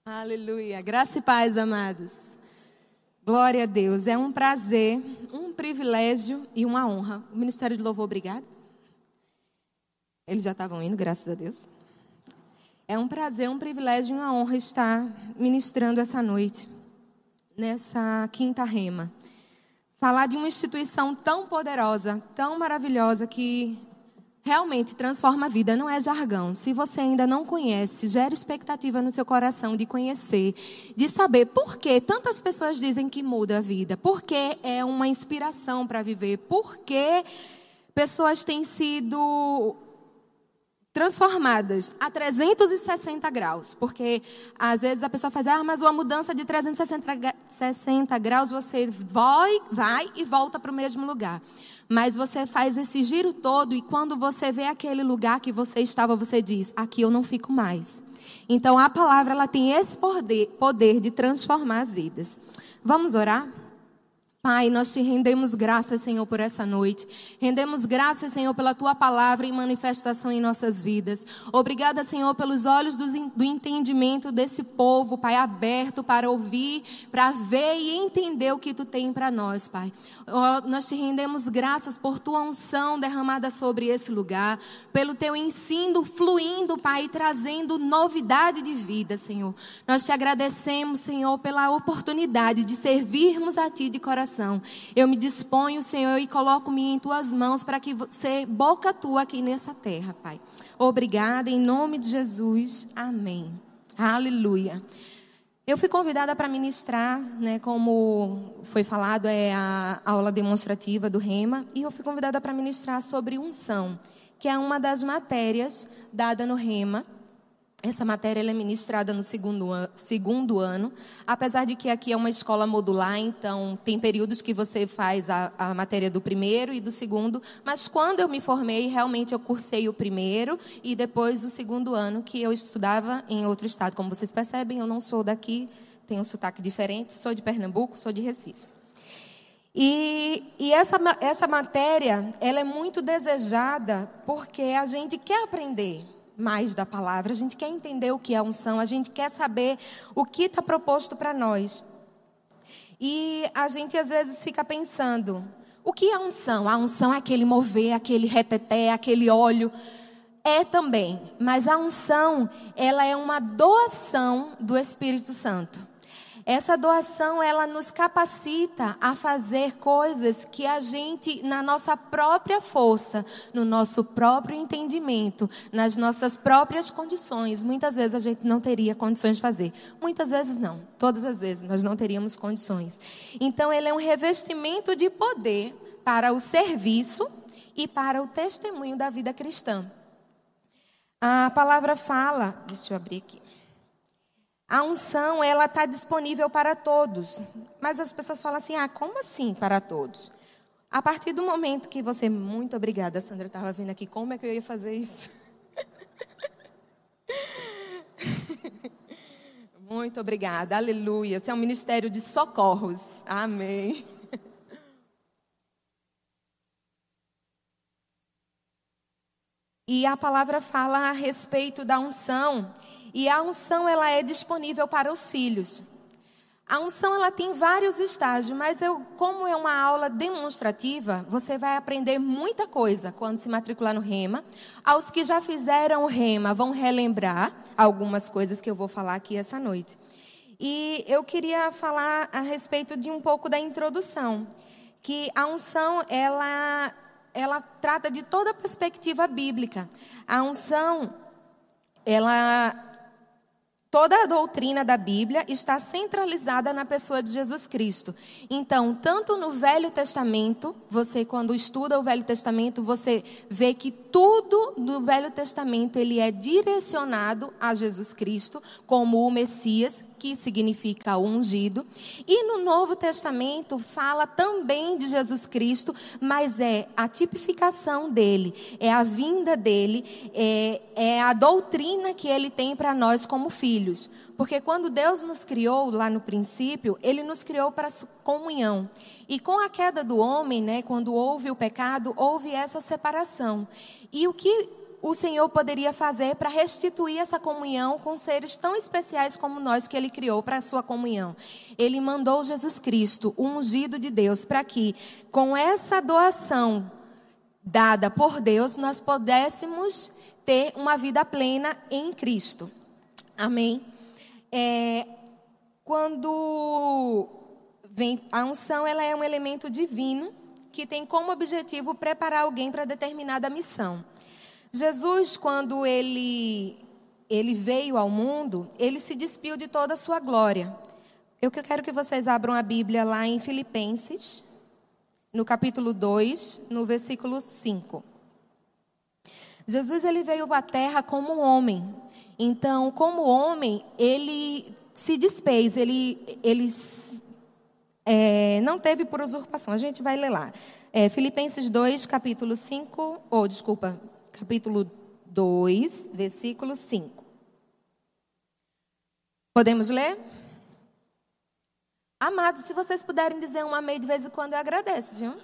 Aleluia. Graça e paz, amados. Glória a Deus. É um prazer, um privilégio e uma honra. O Ministério de Louvor, obrigado. Eles já estavam indo, graças a Deus. É um prazer, um privilégio e uma honra estar ministrando essa noite, nessa quinta rema. Falar de uma instituição tão poderosa, tão maravilhosa, que realmente transforma a vida, não é jargão. Se você ainda não conhece, gera expectativa no seu coração de conhecer, de saber por que tantas pessoas dizem que muda a vida, por que é uma inspiração para viver, por que pessoas têm sido transformadas a 360 graus. Porque às vezes a pessoa faz, mas uma mudança de 360 graus, você vai e volta para o mesmo lugar. Mas você faz esse giro todo e quando você vê aquele lugar que você estava, você diz, aqui eu não fico mais. Então a palavra ela tem esse poder de transformar as vidas. Vamos orar? Pai, nós te rendemos graças, Senhor, por essa noite. Rendemos graças, Senhor, pela Tua palavra em manifestação em nossas vidas. Obrigada, Senhor, pelos olhos do entendimento desse povo, Pai, aberto para ouvir, para ver e entender o que Tu tem para nós, Pai. Nós te rendemos graças por Tua unção derramada sobre esse lugar, pelo Teu ensino fluindo, Pai, e trazendo novidade de vida, Senhor. Nós te agradecemos, Senhor, pela oportunidade de servirmos a Ti de coração. Eu me disponho, Senhor, e coloco-me em Tuas mãos para que você, boca Tua aqui nessa terra, Pai. Obrigada, em nome de Jesus. Amém. Aleluia. Eu fui convidada para ministrar, né, como foi falado, é a aula demonstrativa do Rema, e eu fui convidada para ministrar sobre unção, que é uma das matérias dada no Rema. Essa matéria ela é ministrada no segundo ano, apesar de que aqui é uma escola modular, então tem períodos que você faz a matéria do primeiro e do segundo, mas quando eu me formei, realmente eu cursei o primeiro e depois o segundo ano, que eu estudava em outro estado. Como vocês percebem, eu não sou daqui, tenho um sotaque diferente, sou de Pernambuco, sou de Recife. E essa matéria, ela é muito desejada porque a gente quer aprender mais da palavra, a gente quer entender o que é unção, a gente quer saber o que está proposto para nós. E a gente às vezes fica pensando, o que é unção? A unção é aquele mover, aquele reteté, aquele óleo. É também, mas a unção, ela é uma doação do Espírito Santo. Essa doação, ela nos capacita a fazer coisas que a gente, na nossa própria força, no nosso próprio entendimento, nas nossas próprias condições, muitas vezes a gente não teria condições de fazer. Muitas vezes não, todas as vezes nós não teríamos condições. Então, ele é um revestimento de poder para o serviço e para o testemunho da vida cristã. A palavra fala, deixa eu abrir aqui. A unção, ela está disponível para todos. Mas as pessoas falam assim, como assim para todos? A partir do momento que você... Muito obrigada, Sandra, estava vendo aqui como é que eu ia fazer isso. Muito obrigada, aleluia. Você é um ministério de socorros. Amém. E a palavra fala a respeito da unção. E a unção, ela é disponível para os filhos. A unção, ela tem vários estágios, mas como é uma aula demonstrativa, você vai aprender muita coisa quando se matricular no Rema. Aos que já fizeram o Rema, vão relembrar algumas coisas que eu vou falar aqui essa noite. E eu queria falar a respeito de um pouco da introdução, que a unção, ela trata de toda a perspectiva bíblica. A unção, toda a doutrina da Bíblia está centralizada na pessoa de Jesus Cristo. Então, tanto no Velho Testamento, você quando estuda o Velho Testamento, você vê que tudo do Velho Testamento ele é direcionado a Jesus Cristo como o Messias, que significa o ungido. E no Novo Testamento fala também de Jesus Cristo, mas é a tipificação dele, é a vinda dele, é a doutrina que ele tem para nós como filhos. Porque quando Deus nos criou lá no princípio, Ele nos criou para comunhão. E com a queda do homem, quando houve o pecado, houve essa separação. E o que o Senhor poderia fazer para restituir essa comunhão com seres tão especiais como nós que Ele criou para a sua comunhão? Ele mandou Jesus Cristo, o ungido de Deus, para que com essa doação dada por Deus, nós pudéssemos ter uma vida plena em Cristo. Amém? Quando vem a unção, ela é um elemento divino que tem como objetivo preparar alguém para determinada missão. Jesus, quando ele veio ao mundo, ele se despiu de toda a sua glória. Eu quero que vocês abram a Bíblia lá em Filipenses, no capítulo 2, no versículo 5. Jesus, ele veio à terra como homem. Então, como homem, ele se desfez, ele não teve por usurpação. A gente vai ler lá. Filipenses 2, capítulo 5, capítulo 2, versículo 5. Podemos ler? Amados, se vocês puderem dizer um amém de vez em quando, eu agradeço, viu?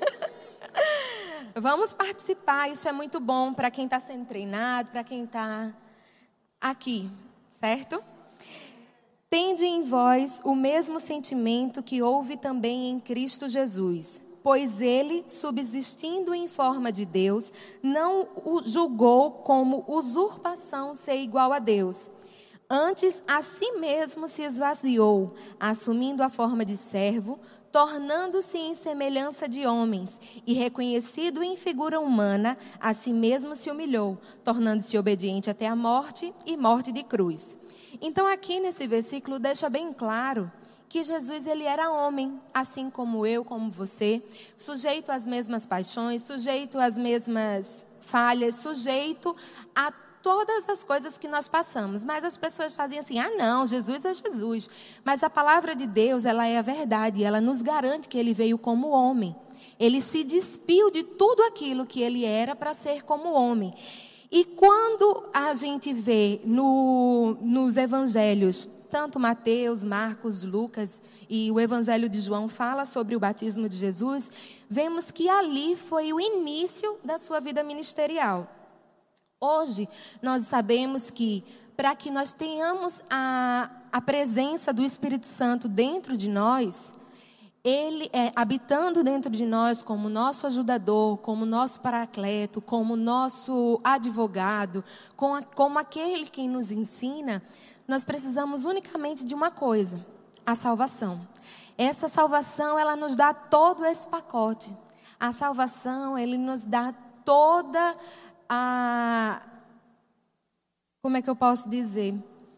Vamos participar, isso é muito bom para quem está sendo treinado, para quem está aqui, certo? Tende em vós o mesmo sentimento que houve também em Cristo Jesus, pois ele, subsistindo em forma de Deus, não o julgou como usurpação ser igual a Deus. Antes, a si mesmo se esvaziou, assumindo a forma de servo, tornando-se em semelhança de homens, e reconhecido em figura humana, a si mesmo se humilhou, tornando-se obediente até a morte e morte de cruz. Então aqui nesse versículo deixa bem claro que Jesus, ele era homem, assim como eu, como você, sujeito às mesmas paixões, sujeito às mesmas falhas, sujeito a todas as coisas que nós passamos. Mas as pessoas faziam assim: ah não, Jesus é Jesus. Mas a palavra de Deus, ela é a verdade, ela nos garante que ele veio como homem. Ele se despiu de tudo aquilo que ele era para ser como homem. E quando a gente vê nos evangelhos, tanto Mateus, Marcos, Lucas e o evangelho de João fala sobre o batismo de Jesus, vemos que ali foi o início da sua vida ministerial. Hoje, nós sabemos que para que nós tenhamos a presença do Espírito Santo dentro de nós, ele habitando dentro de nós como nosso ajudador, como nosso paracleto, como nosso advogado, como aquele que nos ensina, nós precisamos unicamente de uma coisa: a salvação. Essa salvação, ela nos dá todo esse pacote. A salvação, ele nos dá toda a... Como é que eu posso dizer?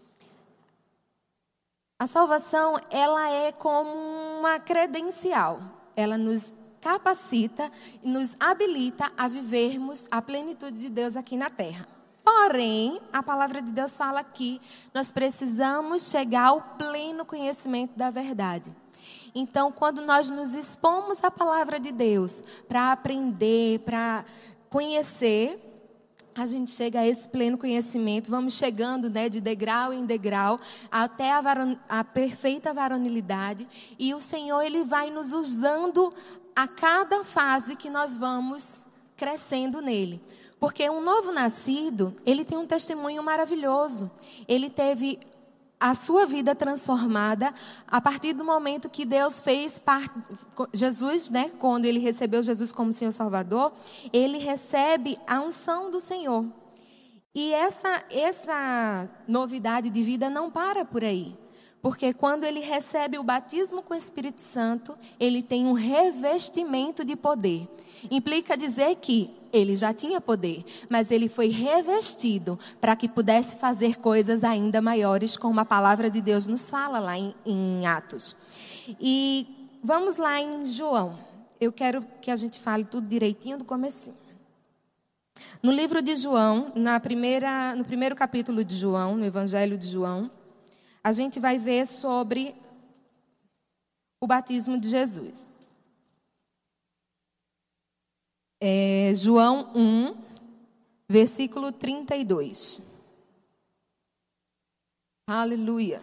A salvação, ela é como uma credencial. Ela nos capacita e nos habilita a vivermos a plenitude de Deus aqui na terra. Porém, a palavra de Deus fala que nós precisamos chegar ao pleno conhecimento da verdade. Então, quando nós nos expomos à palavra de Deus para aprender, para conhecer, a gente chega a esse pleno conhecimento, vamos chegando, de degrau em degrau, até a perfeita varonilidade. E o Senhor, ele vai nos usando a cada fase que nós vamos crescendo nele. Porque um novo nascido, ele tem um testemunho maravilhoso. Ele teve a sua vida transformada a partir do momento que Deus fez parte. Jesus, quando ele recebeu Jesus como Senhor Salvador, ele recebe a unção do Senhor. E essa novidade de vida não para por aí. Porque quando ele recebe o batismo com o Espírito Santo, ele tem um revestimento de poder. Implica dizer que ele já tinha poder, mas ele foi revestido para que pudesse fazer coisas ainda maiores, como a palavra de Deus nos fala lá em Atos. E vamos lá em João. Eu quero que a gente fale tudo direitinho do comecinho. No livro de João, no primeiro capítulo de João, no Evangelho de João, a gente vai ver sobre o batismo de Jesus. João 1, versículo 32. Aleluia.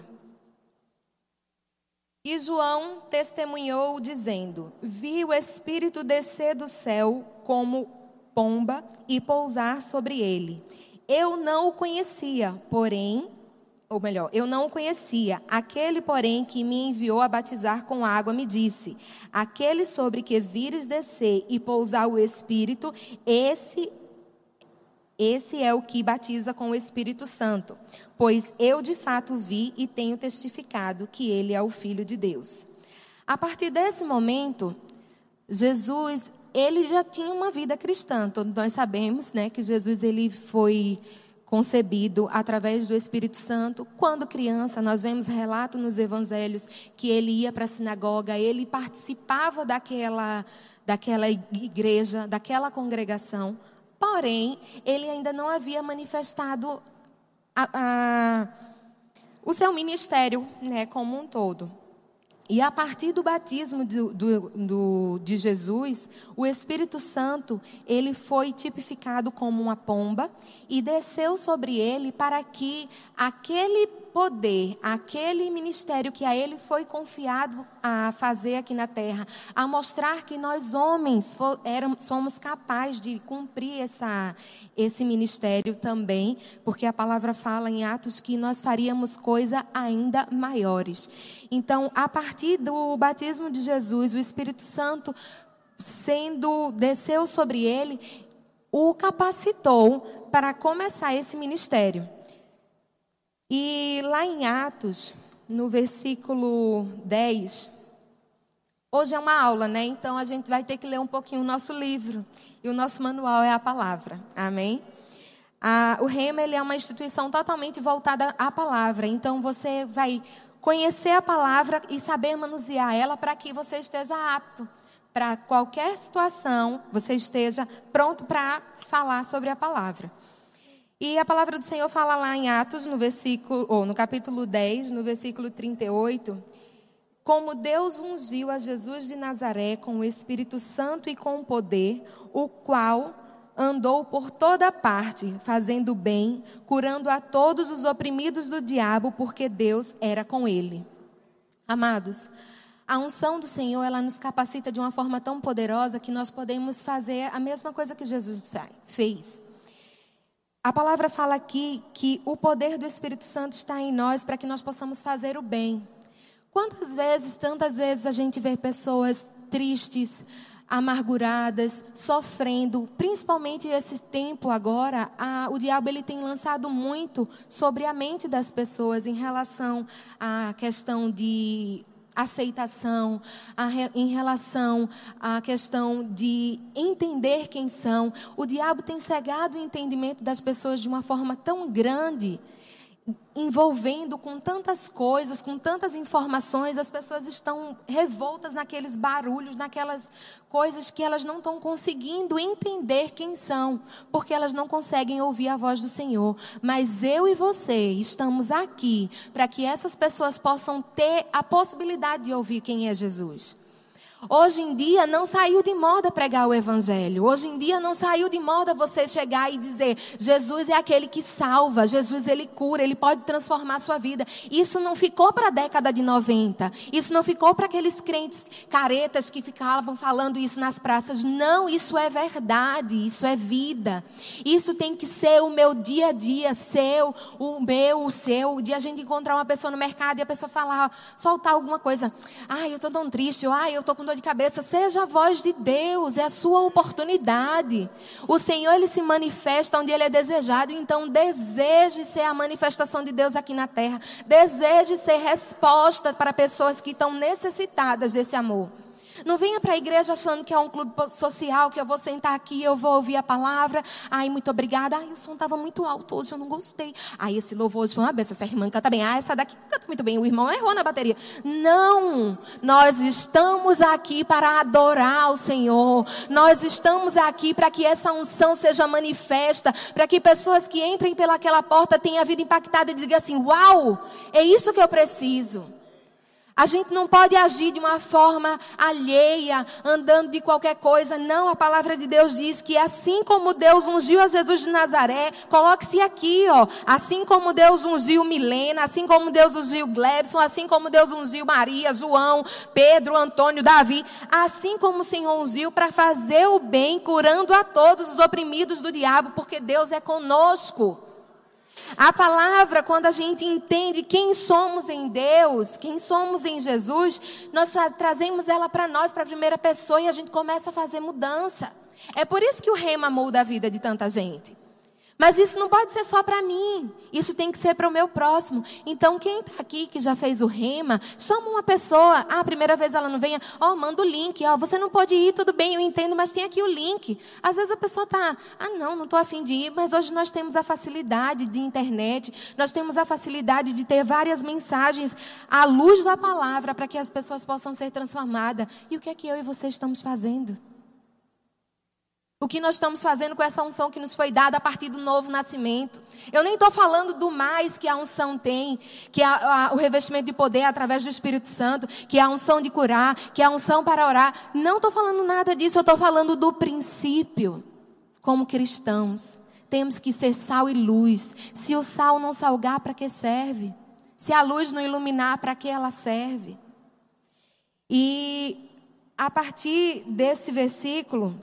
E João testemunhou dizendo: vi o Espírito descer do céu como pomba e pousar sobre ele. Eu não o conhecia, eu não o conhecia. Aquele, porém, que me enviou a batizar com água, me disse: aquele sobre que vires descer e pousar o Espírito, esse é o que batiza com o Espírito Santo. Pois eu de fato vi e tenho testificado que ele é o Filho de Deus. A partir desse momento, Jesus, ele já tinha uma vida cristã. Todos nós sabemos, né, que Jesus ele foi concebido através do Espírito Santo. Quando criança, nós vemos relato nos evangelhos que ele ia para a sinagoga, ele participava daquela igreja, daquela congregação. Porém, ele ainda não havia manifestado o seu ministério, né, como um todo. E a partir do batismo de Jesus, o Espírito Santo, ele foi tipificado como uma pomba e desceu sobre ele para que aquele poder, aquele ministério que a ele foi confiado a fazer aqui na terra, a mostrar que nós homens somos capazes de cumprir esse ministério também, porque a palavra fala em Atos que nós faríamos coisas ainda maiores. Então, a partir do batismo de Jesus, o Espírito Santo desceu sobre ele, o capacitou para começar esse ministério. E lá em Atos, no versículo 10, hoje é uma aula, né? Então a gente vai ter que ler um pouquinho o nosso livro. E o nosso manual é a palavra. Amém? O Rema, ele é uma instituição totalmente voltada à palavra. Então você vai conhecer a palavra e saber manusear ela para que você esteja apto. Para qualquer situação, você esteja pronto para falar sobre a palavra. E a palavra do Senhor fala lá em Atos, no capítulo 10, no versículo 38, como Deus ungiu a Jesus de Nazaré com o Espírito Santo e com poder, o qual andou por toda parte, fazendo bem, curando a todos os oprimidos do diabo, porque Deus era com ele. Amados, a unção do Senhor, ela nos capacita de uma forma tão poderosa que nós podemos fazer a mesma coisa que Jesus fez. A palavra fala aqui que o poder do Espírito Santo está em nós para que nós possamos fazer o bem. Tantas vezes a gente vê pessoas tristes, amarguradas, sofrendo, principalmente esse tempo agora, o diabo ele tem lançado muito sobre a mente das pessoas em relação à questão de aceitação, em relação à questão de entender quem são. O diabo tem cegado o entendimento das pessoas de uma forma tão grande, envolvendo com tantas coisas, com tantas informações. As pessoas estão revoltas naqueles barulhos, naquelas coisas que elas não estão conseguindo entender quem são, porque elas não conseguem ouvir a voz do Senhor. Mas eu e você estamos aqui para que essas pessoas possam ter a possibilidade de ouvir quem é Jesus. Hoje em dia não saiu de moda pregar o evangelho. Hoje em dia não saiu de moda você chegar e dizer: Jesus é aquele que salva, Jesus ele cura, ele pode transformar a sua vida. Isso não ficou para a década de 90. Isso não ficou para aqueles crentes caretas que ficavam falando isso nas praças. Não, isso é verdade, isso é vida. Isso tem que ser o meu dia a dia, seu, o meu, o seu. De a gente encontrar uma pessoa no mercado e a pessoa falar, soltar alguma coisa. Ai, eu estou tão triste, ai, eu estou com dor de cabeça. Seja a voz de Deus, é a sua oportunidade. O Senhor, ele se manifesta onde ele é desejado. Então deseje ser a manifestação de Deus aqui na terra. Deseje ser resposta para pessoas que estão necessitadas desse amor. Não venha para a igreja achando que é um clube social, que eu vou sentar aqui, eu vou ouvir a palavra. Ai, muito obrigada. Ai, o som estava muito alto hoje, eu não gostei. Ai, esse louvor hoje foi uma benção. Essa irmã canta bem. Ah, essa daqui canta muito bem. O irmão errou na bateria. Não, nós estamos aqui para adorar o Senhor. Nós estamos aqui para que essa unção seja manifesta, para que pessoas que entrem pelaquela porta tenham a vida impactada e digam assim: uau, é isso que eu preciso. A gente não pode agir de uma forma alheia, andando de qualquer coisa. Não, a palavra de Deus diz que assim como Deus ungiu a Jesus de Nazaré, coloque-se aqui, ó. Assim como Deus ungiu Milena, assim como Deus ungiu Glebson, assim como Deus ungiu Maria, João, Pedro, Antônio, Davi. Assim como o Senhor ungiu para fazer o bem, curando a todos os oprimidos do diabo, porque Deus é conosco. A palavra, quando a gente entende quem somos em Deus, quem somos em Jesus, nós trazemos ela para nós, para a primeira pessoa, e a gente começa a fazer mudança. É por isso que o rema muda a vida de tanta gente. Mas isso não pode ser só para mim, isso tem que ser para o meu próximo. Então quem está aqui que já fez o rema, chama uma pessoa. A primeira vez ela não venha, manda o link. Você não pode ir, tudo bem, eu entendo, mas tem aqui o link. Às vezes a pessoa está, não estou a fim de ir. Mas hoje nós temos a facilidade de internet, nós temos a facilidade de ter várias mensagens à luz da palavra para que as pessoas possam ser transformadas. E o que é que eu e você estamos fazendo? O que nós estamos fazendo com essa unção que nos foi dada a partir do novo nascimento? Eu nem estou falando do mais que a unção tem, que é o revestimento de poder através do Espírito Santo, que é a unção de curar, que é a unção para orar. Não estou falando nada disso, eu estou falando do princípio. Como cristãos, temos que ser sal e luz. Se o sal não salgar, para que serve? Se a luz não iluminar, para que ela serve? E a partir desse versículo,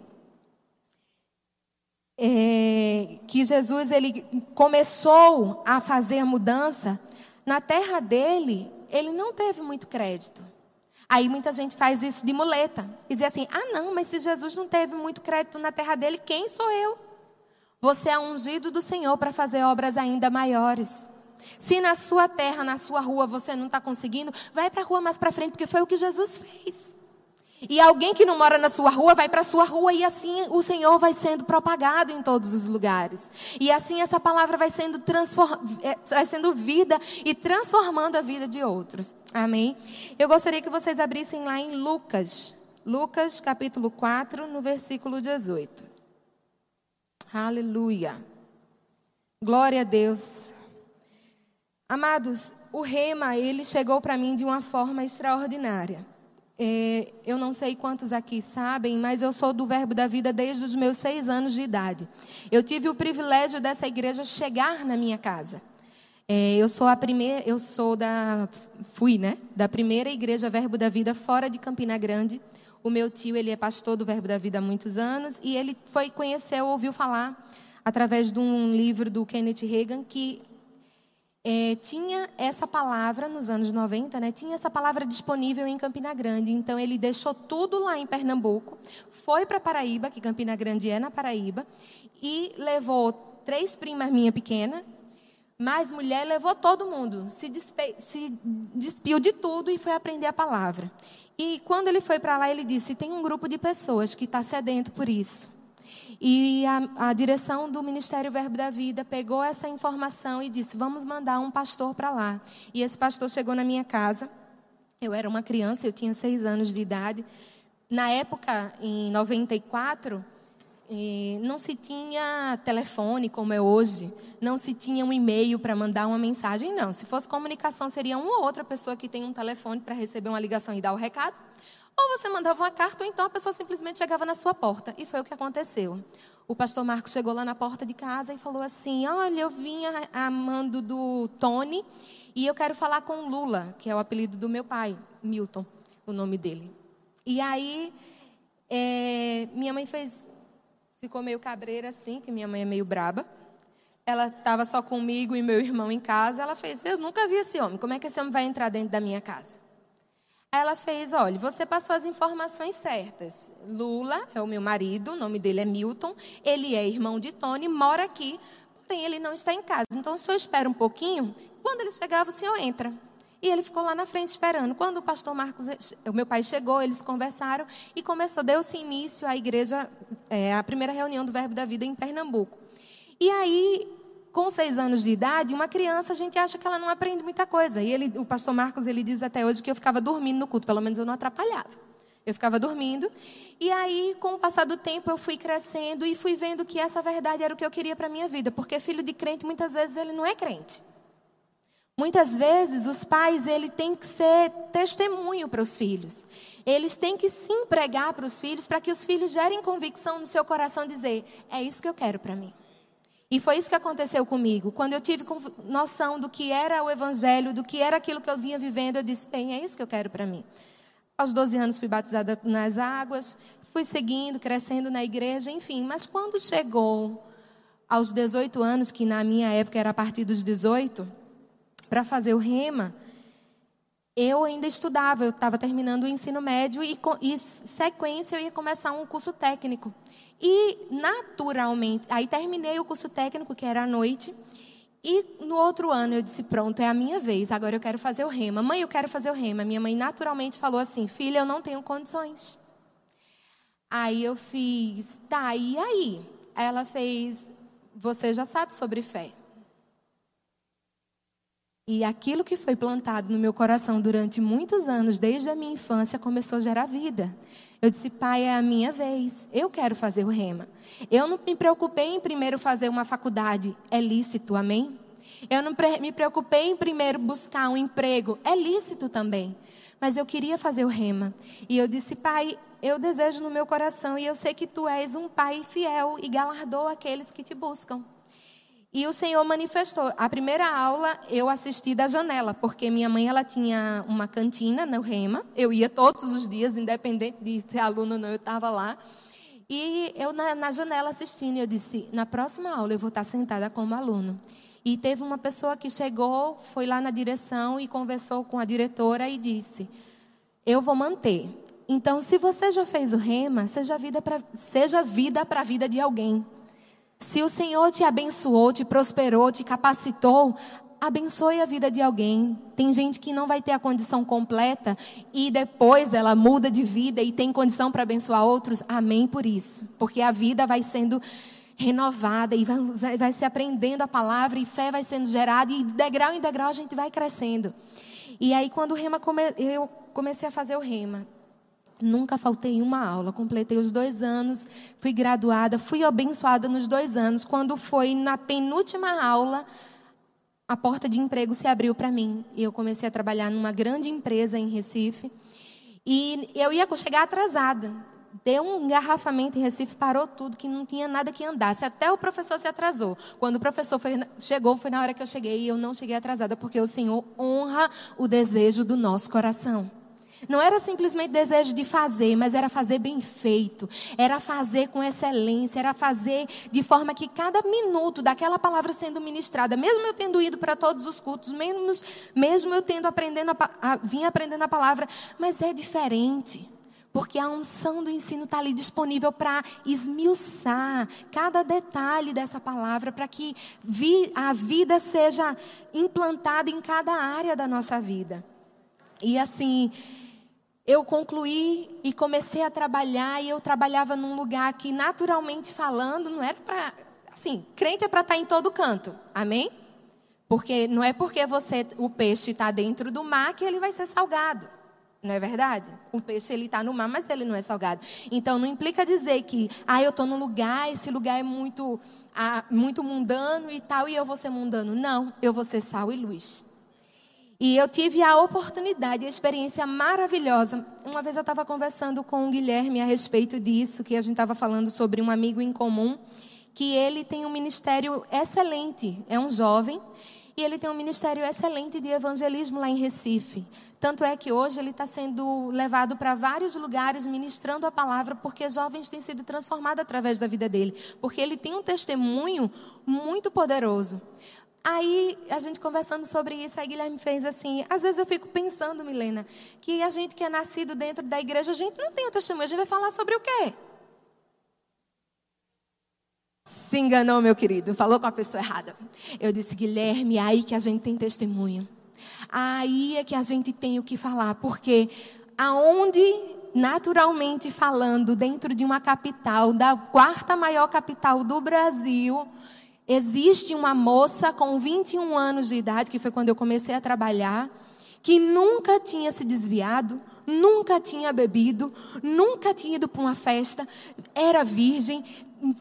que Jesus ele começou a fazer a mudança, na terra dele, ele não teve muito crédito. Aí muita gente faz isso de muleta e diz assim, não, mas se Jesus não teve muito crédito na terra dele, quem sou eu? Você é ungido do Senhor para fazer obras ainda maiores. Se na sua terra, na sua rua você não está conseguindo, vai para a rua mais para frente, porque foi o que Jesus fez. E alguém que não mora na sua rua vai para a sua rua, e assim o Senhor vai sendo propagado em todos os lugares. E assim essa palavra vai sendo vida e transformando a vida de outros. Amém? Eu gostaria que vocês abrissem lá em Lucas. Lucas capítulo 4, no versículo 18. Aleluia. Glória a Deus. Amados, o rema, ele chegou para mim de uma forma extraordinária. Eu não sei quantos aqui sabem, mas eu sou do Verbo da Vida desde os meus 6 anos de idade. Eu tive o privilégio dessa igreja chegar na minha casa. Fui da primeira igreja Verbo da Vida fora de Campina Grande. O meu tio, ele é pastor do Verbo da Vida há muitos anos, e ele ouviu falar através de um livro do Kenneth Hagin que tinha essa palavra nos anos 90, tinha essa palavra disponível em Campina Grande. Então ele deixou tudo lá em Pernambuco, foi para Paraíba, que Campina Grande é na Paraíba, e levou 3 primas minhas pequenas, mais mulher, levou todo mundo, se despiu de tudo e foi aprender a palavra. E quando ele foi para lá, ele disse, tem um grupo de pessoas que está sedento por isso. E a direção do Ministério Verbo da Vida pegou essa informação e disse, vamos mandar um pastor para lá. E esse pastor chegou na minha casa. Eu era uma criança, eu tinha 6 anos de idade. Na época, em 94, não se tinha telefone como é hoje. Não se tinha um e-mail para mandar uma mensagem, não. Se fosse comunicação, seria uma ou outra pessoa que tem um telefone para receber uma ligação e dar o recado. Ou você mandava uma carta, ou então a pessoa simplesmente chegava na sua porta. E foi o que aconteceu. O pastor Marcos chegou lá na porta de casa e falou assim, olha, eu vim a mando do Tony e eu quero falar com Lula, que é o apelido do meu pai, Milton, o nome dele. E aí, minha mãe ficou meio cabreira assim, que minha mãe é meio braba. Ela estava só comigo e meu irmão em casa. Ela fez, eu nunca vi esse homem, como é que esse homem vai entrar dentro da minha casa? Ela fez, olha, você passou as informações certas. Lula é o meu marido, o nome dele é Milton, ele é irmão de Tony, mora aqui, porém ele não está em casa. Então o senhor espera um pouquinho, quando ele chegar, o senhor entra. E ele ficou lá na frente esperando. Quando o pastor Marcos, o meu pai chegou, eles conversaram e deu-se início à igreja, a primeira reunião do Verbo da Vida em Pernambuco. E aí, com 6 anos de idade, uma criança, a gente acha que ela não aprende muita coisa. E o pastor Marcos, ele diz até hoje que eu ficava dormindo no culto. Pelo menos eu não atrapalhava. Eu ficava dormindo. E aí, com o passar do tempo, eu fui crescendo e fui vendo que essa verdade era o que eu queria para a minha vida. Porque filho de crente, muitas vezes, ele não é crente. Muitas vezes os pais, ele tem que ser testemunho para os filhos. Eles têm que se empregar para os filhos, para que os filhos gerem convicção no seu coração, dizer, é isso que eu quero para mim. E foi isso que aconteceu comigo. Quando eu tive noção do que era o evangelho, do que era aquilo que eu vinha vivendo, eu disse, bem, é isso que eu quero para mim. Aos 12 anos fui batizada nas águas, fui seguindo, crescendo na igreja, enfim. Mas quando chegou aos 18 anos, que na minha época era a partir dos 18, para fazer o rema, eu ainda estudava, eu estava terminando o ensino médio e sequência eu ia começar um curso técnico. E naturalmente, aí terminei o curso técnico, que era à noite, e no outro ano eu disse, pronto, é a minha vez, agora eu quero fazer o rema. Mãe, eu quero fazer o rema. Minha mãe naturalmente falou assim, filha, eu não tenho condições. Aí eu fiz, tá, e aí? Ela fez, você já sabe sobre fé. E aquilo que foi plantado no meu coração durante muitos anos, desde a minha infância, começou a gerar vida. Eu disse, pai, é a minha vez, eu quero fazer o rema. Eu não me preocupei em primeiro fazer uma faculdade, é lícito, amém? Eu não me preocupei em primeiro buscar um emprego, é lícito também. Mas eu queria fazer o rema. E eu disse, pai, eu desejo no meu coração e eu sei que tu és um pai fiel e galardoa aqueles que te buscam. E o Senhor manifestou. A primeira aula eu assisti da janela, porque minha mãe ela tinha uma cantina no rema. Eu ia todos os dias, independente de ser aluno ou não, eu estava lá. E eu na janela assistindo, eu disse, na próxima aula eu vou estar sentada como aluno. E teve uma pessoa que chegou, foi lá na direção e conversou com a diretora e disse, eu vou manter. Então, se você já fez o rema, seja vida para a vida de alguém. Se o Senhor te abençoou, te prosperou, te capacitou, abençoe a vida de alguém. Tem gente que não vai ter a condição completa e depois ela muda de vida e tem condição para abençoar outros. Amém por isso. Porque a vida vai sendo renovada e vai se aprendendo a palavra e fé vai sendo gerada e de degrau em degrau a gente vai crescendo. E aí quando o rema eu comecei a fazer o rema. Nunca faltei uma aula, completei os 2 anos, fui graduada, fui abençoada nos 2 anos. Quando foi na penúltima aula, a porta de emprego se abriu para mim. E eu comecei a trabalhar numa grande empresa em Recife. E eu ia chegar atrasada. Deu um engarrafamento em Recife, parou tudo, que não tinha nada que andasse. Até o professor se atrasou. Quando o professor chegou, foi na hora que eu cheguei. E eu não cheguei atrasada, porque o Senhor honra o desejo do nosso coração. Não era simplesmente desejo de fazer, mas era fazer bem feito. Era fazer com excelência, era fazer de forma que cada minuto daquela palavra sendo ministrada, mesmo eu tendo ido para todos os cultos, mesmo eu tendo vim aprendendo a palavra, mas é diferente. Porque a unção do ensino está ali disponível para esmiuçar cada detalhe dessa palavra, para que a vida seja implantada em cada área da nossa vida. E assim, eu concluí e comecei a trabalhar, e eu trabalhava num lugar que, naturalmente falando, não era para... Assim, crente é para estar em todo canto, amém? Porque não é porque o peixe está dentro do mar que ele vai ser salgado, não é verdade? O peixe ele está no mar, mas ele não é salgado. Então, não implica dizer que, eu estou num lugar, esse lugar é muito mundano e tal, e eu vou ser mundano. Não, eu vou ser sal e luz. E eu tive a oportunidade, a experiência maravilhosa. Uma vez eu estava conversando com o Guilherme a respeito disso, que a gente estava falando sobre um amigo em comum, que ele tem um ministério excelente, é um jovem, e ele tem um ministério excelente de evangelismo lá em Recife. Tanto é que hoje ele está sendo levado para vários lugares ministrando a palavra, porque jovens têm sido transformados através da vida dele, porque ele tem um testemunho muito poderoso. Aí, a gente conversando sobre isso, a Guilherme fez assim, às vezes eu fico pensando, Milena, que a gente que é nascido dentro da igreja, a gente não tem o testemunho, a gente vai falar sobre o quê? Se enganou, meu querido, falou com a pessoa errada. Eu disse, Guilherme, é aí que a gente tem testemunho. Aí é que a gente tem o que falar, porque aonde, naturalmente falando, dentro de uma capital, da 4ª maior capital do Brasil, existe uma moça com 21 anos de idade, que foi quando eu comecei a trabalhar, que nunca tinha se desviado, nunca tinha bebido, nunca tinha ido para uma festa, era virgem,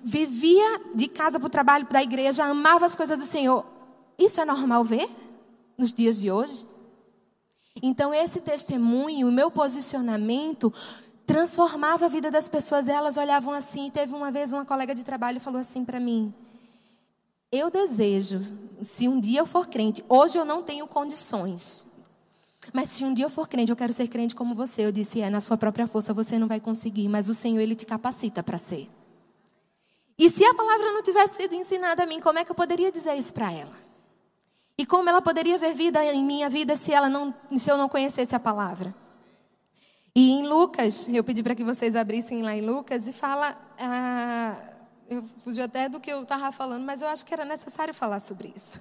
vivia de casa para o trabalho da igreja, amava as coisas do Senhor. Isso é normal ver? nos dias de hoje? Então esse testemunho, o meu posicionamento transformava a vida das pessoas. Elas olhavam assim. Teve uma vez uma colega de trabalho falou assim para mim: eu desejo, se um dia eu for crente, hoje eu não tenho condições, mas se um dia eu for crente, eu quero ser crente como você. Eu disse: na sua própria força você não vai conseguir, mas o Senhor, Ele te capacita para ser. E se a palavra não tivesse sido ensinada a mim, como é que eu poderia dizer isso para ela? E como ela poderia ver vida em minha vida se eu não conhecesse a palavra? E em Lucas, eu pedi para que vocês abrissem lá em Lucas, e fala, eu fugi até do que eu estava falando, mas eu acho que era necessário falar sobre isso.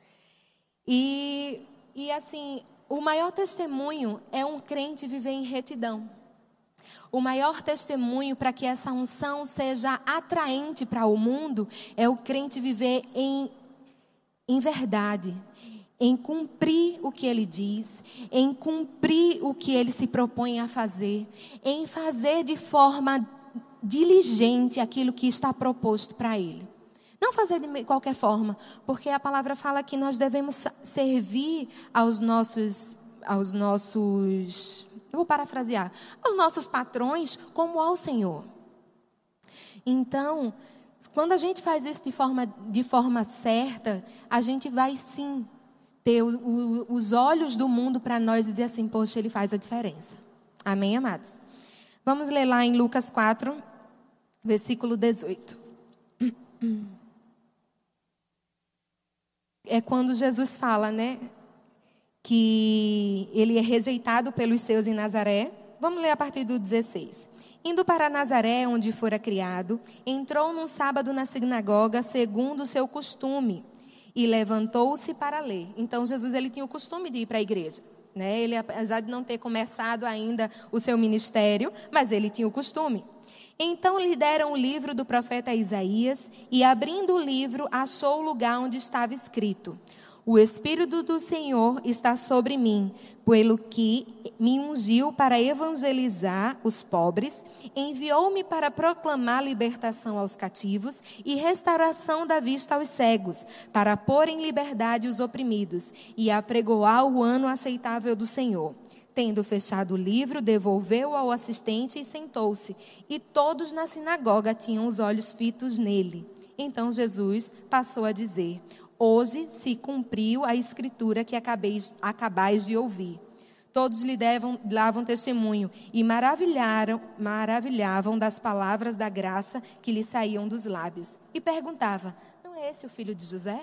E assim, o maior testemunho é um crente viver em retidão. O maior testemunho para que essa unção seja atraente para o mundo é o crente viver em verdade, em cumprir o que ele diz, em cumprir o que ele se propõe a fazer, em fazer de forma diligente aquilo que está proposto para ele. Não fazer de qualquer forma, porque a palavra fala que nós devemos servir aos nossos, eu vou parafrasear, aos nossos patrões como ao Senhor. Então, quando a gente faz isso de forma certa, a gente vai sim ter os olhos do mundo para nós e dizer assim: poxa, ele faz a diferença. Amém, amados? Vamos ler lá em Lucas 4, versículo 18. É quando Jesus fala, né, que ele é rejeitado pelos seus em Nazaré. Vamos ler a partir do 16. Indo para Nazaré, onde fora criado, entrou num sábado na sinagoga, segundo o seu costume, e levantou-se para ler. Então, Jesus, ele tinha o costume de ir para a igreja, né? Ele, apesar de não ter começado ainda o seu ministério, mas ele tinha o costume. Então, lhe deram o livro do profeta Isaías, e abrindo o livro, achou o lugar onde estava escrito: o Espírito do Senhor está sobre mim, pelo que me ungiu para evangelizar os pobres, enviou-me para proclamar libertação aos cativos e restauração da vista aos cegos, para pôr em liberdade os oprimidos e apregoar o ano aceitável do Senhor. Tendo fechado o livro, devolveu-o ao assistente e sentou-se. E todos na sinagoga tinham os olhos fitos nele. Então Jesus passou a dizer: hoje se cumpriu a escritura que acabais de ouvir. Todos lhe davam testemunho e maravilhavam das palavras da graça que lhe saíam dos lábios. E perguntava: não é esse o filho de José?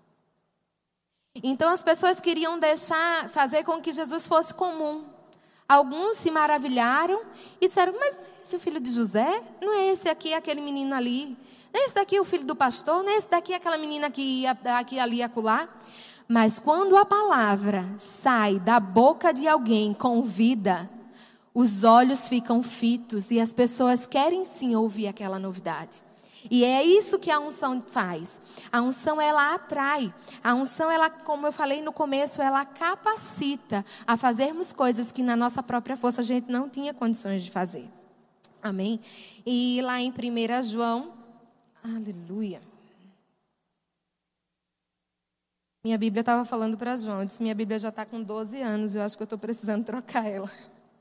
Então as pessoas queriam fazer com que Jesus fosse comum. Alguns se maravilharam e disseram: mas não é esse o filho de José? Não é esse aqui, aquele menino ali? Não é esse daqui o filho do pastor? Não é esse daqui aquela menina que ia aqui, ali e acolá? Mas quando a palavra sai da boca de alguém com vida, os olhos ficam fitos e as pessoas querem sim ouvir aquela novidade. E é isso que a unção faz. A unção, ela atrai. A unção, ela, como eu falei no começo, ela capacita a fazermos coisas que na nossa própria força a gente não tinha condições de fazer. Amém? E lá em 1 João, aleluia. Minha Bíblia estava falando para João. Eu disse: minha Bíblia já está com 12 anos. Eu acho que eu estou precisando trocar ela.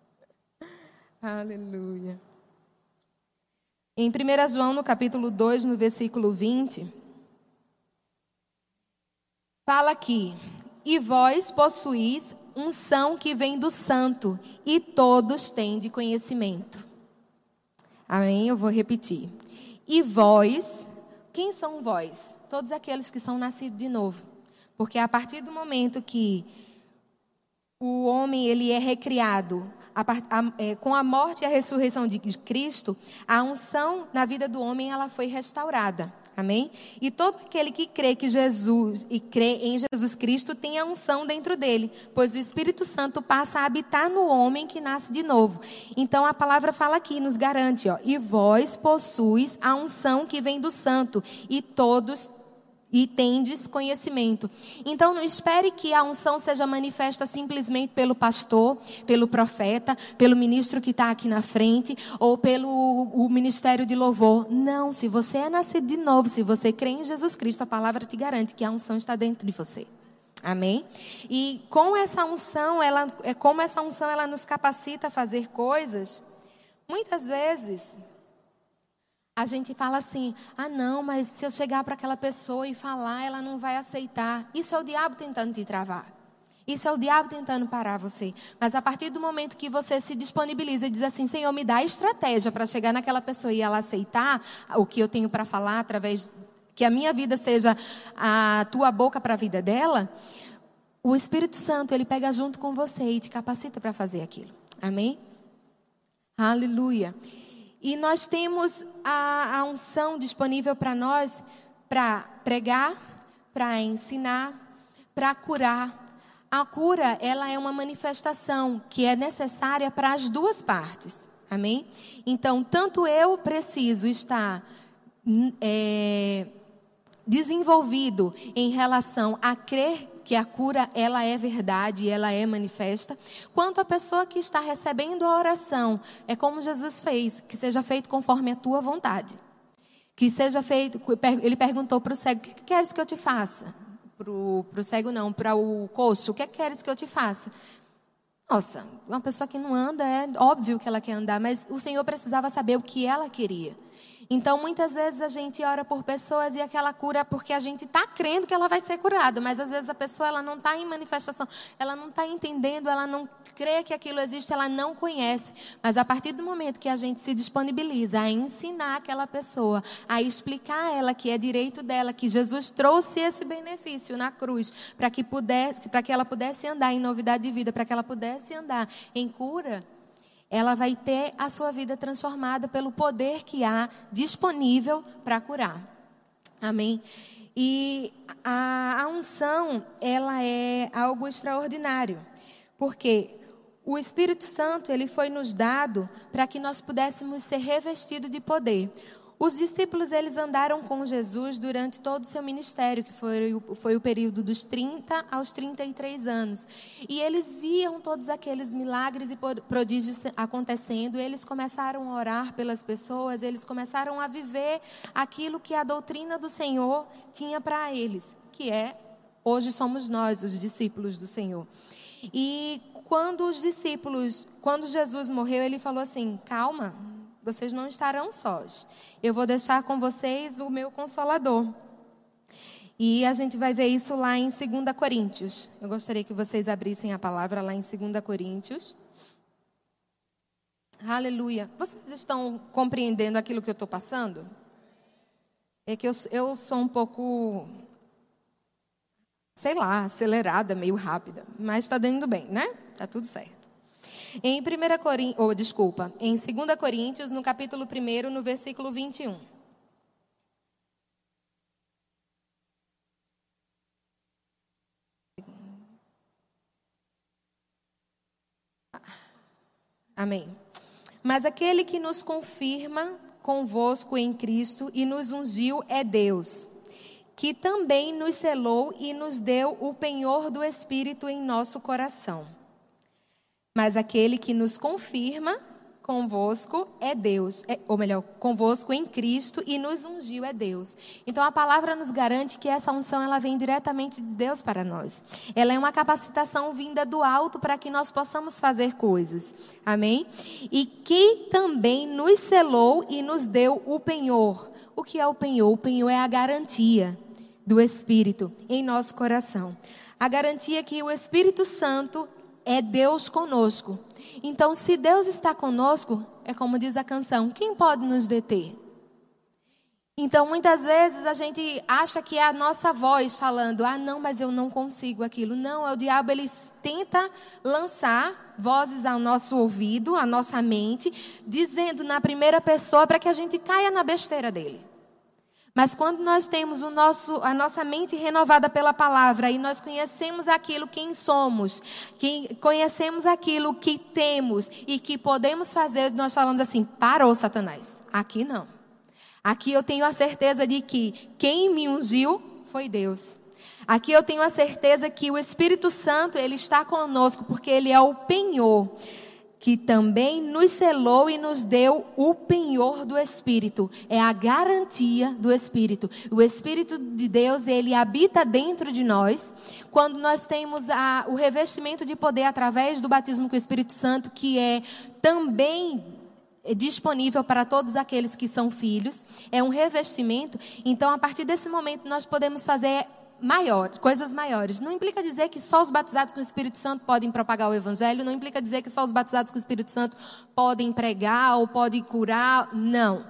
Aleluia. Em 1 João, no capítulo 2, no versículo 20, fala aqui: e vós possuís unção que vem do santo, e todos têm de conhecimento. Amém? Eu vou repetir. E vós, quem são vós? Todos aqueles que são nascidos de novo. Porque a partir do momento que o homem ele é recriado, com a morte e a ressurreição de Cristo, a unção na vida do homem ela foi restaurada. Amém? E todo aquele que crê que Jesus e crê em Jesus Cristo tem a unção dentro dele, pois o Espírito Santo passa a habitar no homem que nasce de novo. Então a palavra fala aqui, nos garante, e vós possuis a unção que vem do santo, e todos tendes conhecimento. Então não espere que a unção seja manifesta simplesmente pelo pastor, pelo profeta, pelo ministro que está aqui na frente, ou pelo ministério de louvor. Não, se você é nascido de novo, se você crê em Jesus Cristo, a palavra te garante que a unção está dentro de você. Amém? E com essa unção, como essa unção ela nos capacita a fazer coisas, muitas vezes a gente fala assim: ah não, mas se eu chegar para aquela pessoa e falar, ela não vai aceitar. Isso é o diabo tentando te travar. Isso é o diabo tentando parar você. Mas a partir do momento que você se disponibiliza e diz assim: Senhor, me dá estratégia para chegar naquela pessoa e ela aceitar o que eu tenho para falar, através que a minha vida seja a tua boca para a vida dela, o Espírito Santo, ele pega junto com você e te capacita para fazer aquilo. Amém? Aleluia. E nós temos a unção disponível para nós, para pregar, para ensinar, para curar. A cura, ela é uma manifestação que é necessária para as duas partes. Amém? Então, tanto eu preciso estar desenvolvido em relação a crer que a cura, ela é verdade, ela é manifesta, quanto a pessoa que está recebendo a oração, é como Jesus fez, que seja feito conforme a tua vontade. Que seja feito, ele perguntou para o cego: o que queres que eu te faça? Para o cego não, para o coxo: o que queres que eu te faça? Nossa, uma pessoa que não anda, é óbvio que ela quer andar, mas o Senhor precisava saber o que ela queria. Então, muitas vezes a gente ora por pessoas e aquela cura, porque a gente está crendo que ela vai ser curada, mas às vezes a pessoa ela não está em manifestação, ela não está entendendo, ela não crê que aquilo existe, ela não conhece. Mas a partir do momento que a gente se disponibiliza a ensinar aquela pessoa, a explicar a ela que é direito dela, que Jesus trouxe esse benefício na cruz, para que ela pudesse andar em novidade de vida, para que ela pudesse andar em cura, ela vai ter a sua vida transformada pelo poder que há disponível para curar. Amém? E a unção, ela é algo extraordinário. Porque o Espírito Santo, ele foi nos dado para que nós pudéssemos ser revestidos de poder. Os discípulos, eles andaram com Jesus durante todo o seu ministério, que foi o período dos 30 aos 33 anos. E eles viam todos aqueles milagres e prodígios acontecendo. Eles começaram a orar pelas pessoas, eles começaram a viver aquilo que a doutrina do Senhor tinha para eles, que é, hoje somos nós, os discípulos do Senhor. E quando Jesus morreu, ele falou assim: calma, vocês não estarão sós. Eu vou deixar com vocês o meu Consolador. E a gente vai ver isso lá em 2 Coríntios. Eu gostaria que vocês abrissem a palavra lá em 2 Coríntios. Aleluia. Vocês estão compreendendo aquilo que eu estou passando? É que eu sou um pouco, sei lá, acelerada, meio rápida. Mas está dando bem, né? Está tudo certo. Em 2 Coríntios, no capítulo 1, no versículo 21. Amém. Mas aquele que nos confirma convosco em Cristo e nos ungiu é Deus, que também nos selou e nos deu o penhor do Espírito em nosso coração. Mas aquele que nos confirma convosco é Deus, convosco em Cristo e nos ungiu é Deus. Então a palavra nos garante que essa unção ela vem diretamente de Deus para nós. Ela é uma capacitação vinda do alto para que nós possamos fazer coisas. Amém? E que também nos selou e nos deu o penhor. O que é o penhor? O penhor é a garantia do Espírito em nosso coração. A garantia que o Espírito Santo é Deus conosco. Então, se Deus está conosco, é como diz a canção: quem pode nos deter? Então, muitas vezes a gente acha que é a nossa voz falando: ah, não, mas eu não consigo aquilo. Não, é o diabo, ele tenta lançar vozes ao nosso ouvido, à nossa mente, dizendo na primeira pessoa para que a gente caia na besteira dele. Mas quando nós temos a nossa mente renovada pela palavra e nós conhecemos aquilo quem somos, que conhecemos aquilo que temos e que podemos fazer, nós falamos assim: parou, Satanás, aqui não. Aqui eu tenho a certeza de que quem me ungiu foi Deus. Aqui eu tenho a certeza que o Espírito Santo, ele está conosco porque ele é o penhor. que também nos selou e nos deu o penhor do Espírito. É a garantia do Espírito. O Espírito de Deus, ele habita dentro de nós. Quando nós temos o revestimento de poder através do batismo com o Espírito Santo, que é também disponível para todos aqueles que são filhos. É um revestimento. Então, a partir desse momento, nós podemos fazer coisas maiores. Não implica dizer que só os batizados com o Espírito Santo podem propagar o Evangelho, não implica dizer que só os batizados com o Espírito Santo podem pregar ou podem curar, não.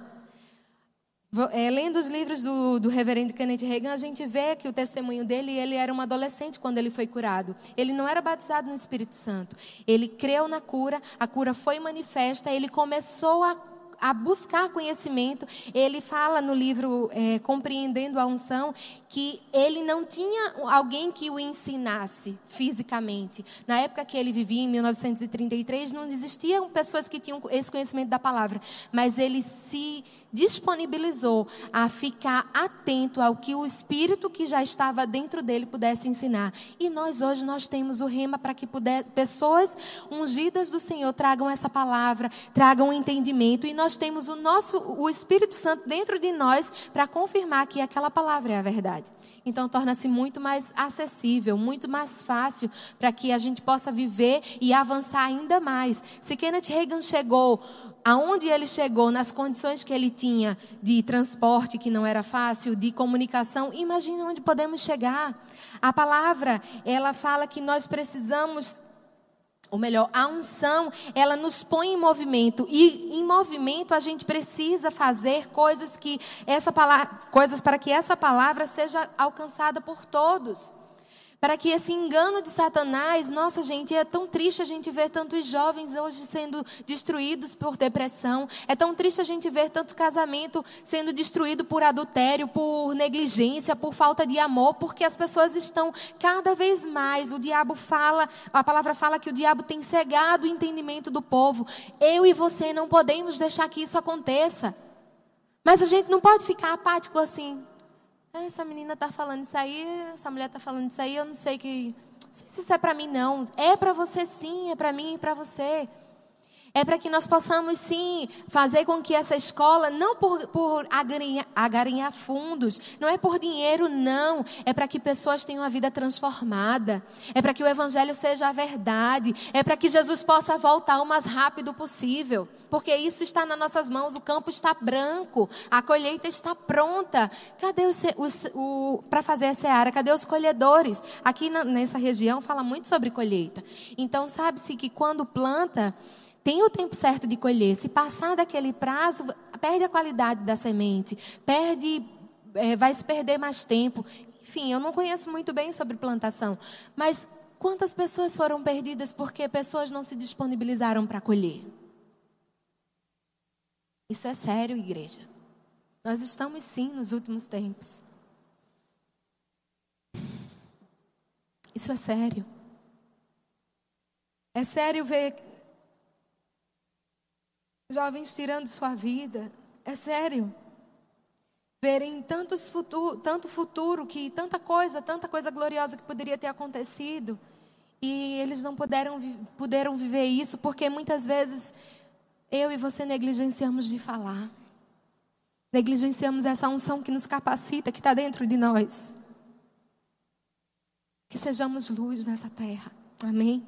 Lendo os livros do reverendo Kenneth Hagin, a gente vê que o testemunho dele, ele era um adolescente quando ele foi curado. Ele não era batizado no Espírito Santo. Ele creu na cura, a cura foi manifesta, ele começou a buscar conhecimento. Ele fala no livro Compreendendo a Unção que ele não tinha alguém que o ensinasse fisicamente. Na época que ele vivia, em 1933, não existiam pessoas que tinham esse conhecimento da palavra, mas ele se disponibilizou a ficar atento ao que o Espírito que já estava dentro dele pudesse ensinar. E hoje nós temos o rema para que pessoas ungidas do Senhor tragam essa palavra, tragam o entendimento, e nós temos o Espírito Santo dentro de nós para confirmar que aquela palavra é a verdade. Então torna-se muito mais acessível, muito mais fácil para que a gente possa viver e avançar ainda mais. Se Kenneth Hagin chegou aonde ele chegou, nas condições que ele tinha de transporte, que não era fácil, de comunicação, imagina onde podemos chegar. A palavra, ela fala que nós precisamos, ou melhor, a unção, ela nos põe em movimento. E em movimento a gente precisa fazer coisas para que essa palavra seja alcançada por todos. Para que esse engano de Satanás, nossa gente, é tão triste a gente ver tantos jovens hoje sendo destruídos por depressão. É tão triste a gente ver tanto casamento sendo destruído por adultério, por negligência, por falta de amor, porque as pessoas estão cada vez mais. A palavra fala que o diabo tem cegado o entendimento do povo. Eu e você não podemos deixar que isso aconteça. Mas a gente não pode ficar apático assim. Essa menina está falando isso aí, essa mulher está falando isso aí, eu não sei se isso é para mim não. É para você sim, é para mim e para você. É para que nós possamos sim fazer com que essa escola, não por agarinhar fundos, não é por dinheiro não, é para que pessoas tenham a vida transformada, é para que o Evangelho seja a verdade, é para que Jesus possa voltar o mais rápido possível. Porque isso está nas nossas mãos, o campo está branco, a colheita está pronta. Cadê para fazer a seara? Cadê os colhedores? Aqui nessa região fala muito sobre colheita. Então sabe-se que quando planta, tem o tempo certo de colher. Se passar daquele prazo, perde a qualidade da semente, vai se perder mais tempo. Enfim, eu não conheço muito bem sobre plantação, mas quantas pessoas foram perdidas porque pessoas não se disponibilizaram para colher? Isso é sério, igreja. Nós estamos sim nos últimos tempos. Isso é sério. É sério ver jovens tirando sua vida. É sério. Verem tanto futuro, que tanta coisa gloriosa que poderia ter acontecido. E eles não puderam viver isso porque muitas vezes eu e você negligenciamos de falar. Negligenciamos essa unção que nos capacita, que está dentro de nós. Que sejamos luz nessa terra. Amém?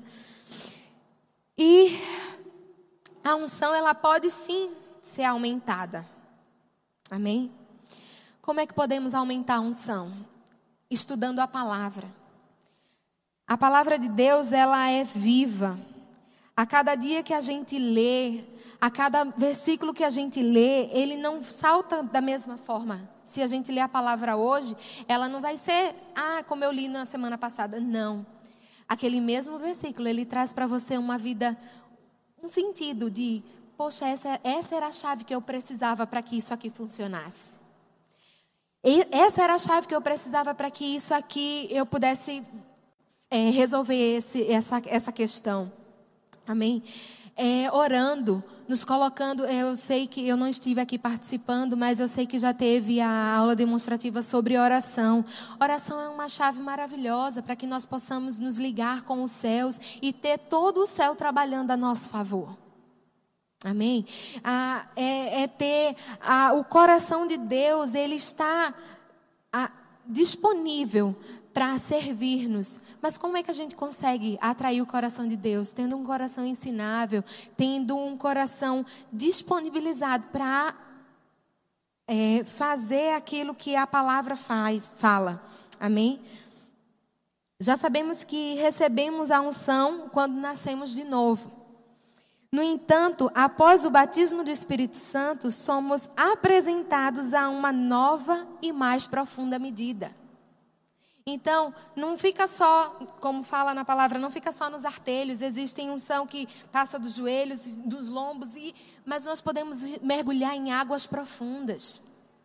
E a unção, ela pode sim ser aumentada. Amém? Como é que podemos aumentar a unção? Estudando a palavra. A palavra de Deus, ela é viva. A cada dia que a gente lê, a cada versículo que a gente lê, ele não salta da mesma forma. Se a gente lê a palavra hoje, ela não vai ser, como eu li na semana passada. Não. Aquele mesmo versículo, ele traz para você uma vida, um sentido de, poxa, essa era a chave que eu precisava para que isso aqui funcionasse. Essa era a chave que eu precisava para que isso aqui eu pudesse resolver essa questão. Amém? orando, nos colocando. Eu sei que eu não estive aqui participando, mas eu sei que já teve a aula demonstrativa sobre oração. Oração é uma chave maravilhosa para que nós possamos nos ligar com os céus e ter todo o céu trabalhando a nosso favor. Amém? Ter o coração de Deus, ele está disponível para servir-nos. Mas como é que a gente consegue atrair o coração de Deus? Tendo um coração ensinável, tendo um coração disponibilizado para fazer aquilo que a palavra fala. Amém? Já sabemos que recebemos a unção quando nascemos de novo. No entanto, após o batismo do Espírito Santo, somos apresentados a uma nova e mais profunda medida. Então, não fica só, como fala na palavra, não fica só nos artelhos. Existem unção que passa dos joelhos, dos lombos, mas nós podemos mergulhar em águas profundas.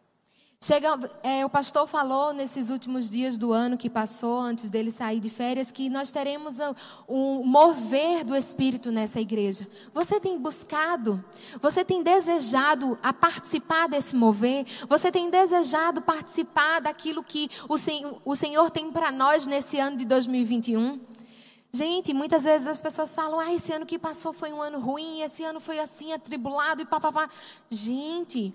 O pastor falou nesses últimos dias do ano que passou, antes dele sair de férias, que nós teremos um mover do Espírito nessa igreja. Você tem buscado, você tem desejado a participar desse mover, você tem desejado participar daquilo que o Senhor tem para nós nesse ano de 2021? Gente, muitas vezes as pessoas falam, esse ano que passou foi um ano ruim, esse ano foi assim, atribulado e papapá. Gente,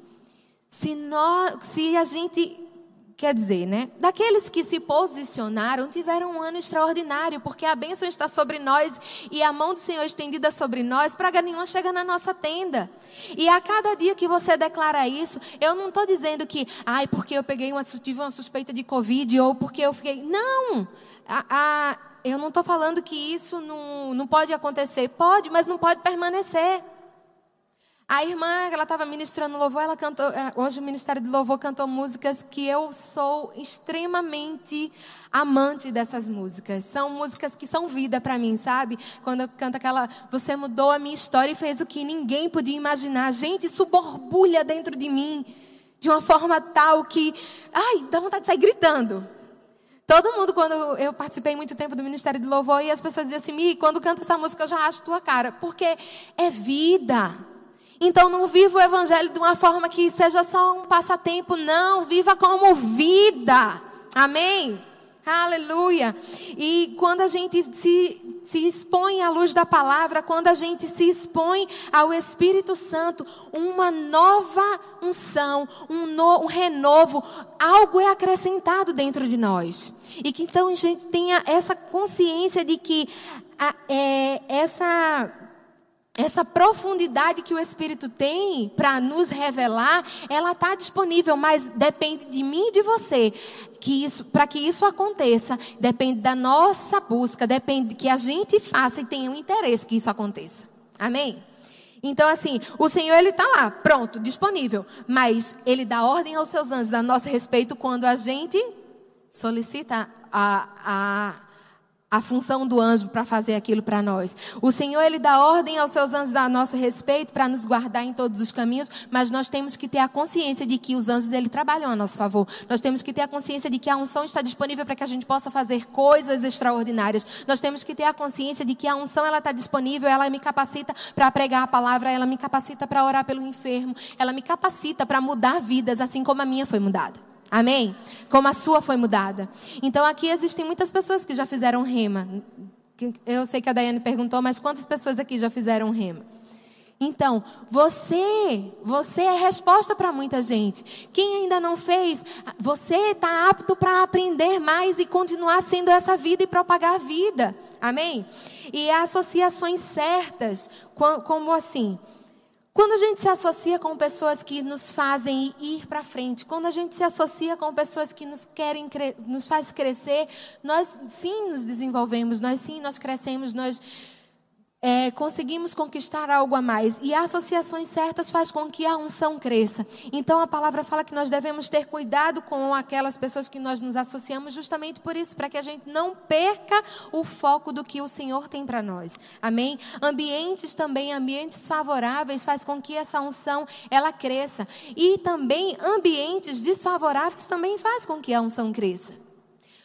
se a gente, quer dizer, né? Daqueles que se posicionaram, tiveram um ano extraordinário, porque a bênção está sobre nós e a mão do Senhor estendida sobre nós, praga nenhuma chega na nossa tenda. E a cada dia que você declara isso, eu não estou dizendo que, porque eu tive uma suspeita de Covid, ou porque eu fiquei... Não! Eu não estou falando que isso não pode acontecer. Pode, mas não pode permanecer. A irmã, ela estava ministrando louvor, ela cantou, hoje o Ministério de Louvor cantou músicas que eu sou extremamente amante dessas músicas. São músicas que são vida para mim, sabe? Quando eu canto aquela, você mudou a minha história e fez o que ninguém podia imaginar. Gente, isso borbulha dentro de mim, de uma forma tal que, dá vontade de sair gritando. Todo mundo, quando eu participei muito tempo do Ministério de Louvor, e as pessoas diziam assim, quando canta essa música eu já acho tua cara, porque é vida. Então não viva o evangelho de uma forma que seja só um passatempo, não, viva como vida, amém? Aleluia. E quando a gente se expõe à luz da palavra, quando a gente se expõe ao Espírito Santo, uma nova unção, um renovo, algo é acrescentado dentro de nós. E que então a gente tenha essa consciência de que essa profundidade que o Espírito tem para nos revelar, ela está disponível, mas depende de mim e de você. Para que isso aconteça, depende da nossa busca, depende que a gente faça e tenha um interesse que isso aconteça. Amém? Então, assim, o Senhor, Ele está lá, pronto, disponível. Mas Ele dá ordem aos seus anjos a nosso respeito quando a gente solicita a função do anjo para fazer aquilo para nós. O Senhor, Ele dá ordem aos seus anjos a nosso respeito para nos guardar em todos os caminhos, mas nós temos que ter a consciência de que os anjos, eles trabalham a nosso favor. Nós temos que ter a consciência de que a unção está disponível para que a gente possa fazer coisas extraordinárias. Nós temos que ter a consciência de que a unção, ela está disponível, ela me capacita para pregar a palavra, ela me capacita para orar pelo enfermo, ela me capacita para mudar vidas, assim como a minha foi mudada. Amém? Como a sua foi mudada. Então aqui existem muitas pessoas que já fizeram rema. Eu sei que a Daiane perguntou, mas quantas pessoas aqui já fizeram rema? Então, você é resposta para muita gente. Quem ainda não fez, você está apto para aprender mais e continuar sendo essa vida e propagar a vida. Amém? E associações certas, como assim? Quando a gente se associa com pessoas que nos fazem ir para frente, quando a gente se associa com pessoas que nos faz crescer, nós sim nos desenvolvemos, nós crescemos, nós conseguimos conquistar algo a mais. E associações certas faz com que a unção cresça. Então a palavra fala que nós devemos ter cuidado com aquelas pessoas que nós nos associamos, justamente por isso, para que a gente não perca o foco do que o Senhor tem para nós. Amém? Ambientes favoráveis faz com que essa unção ela cresça. E também ambientes desfavoráveis também faz com que a unção cresça.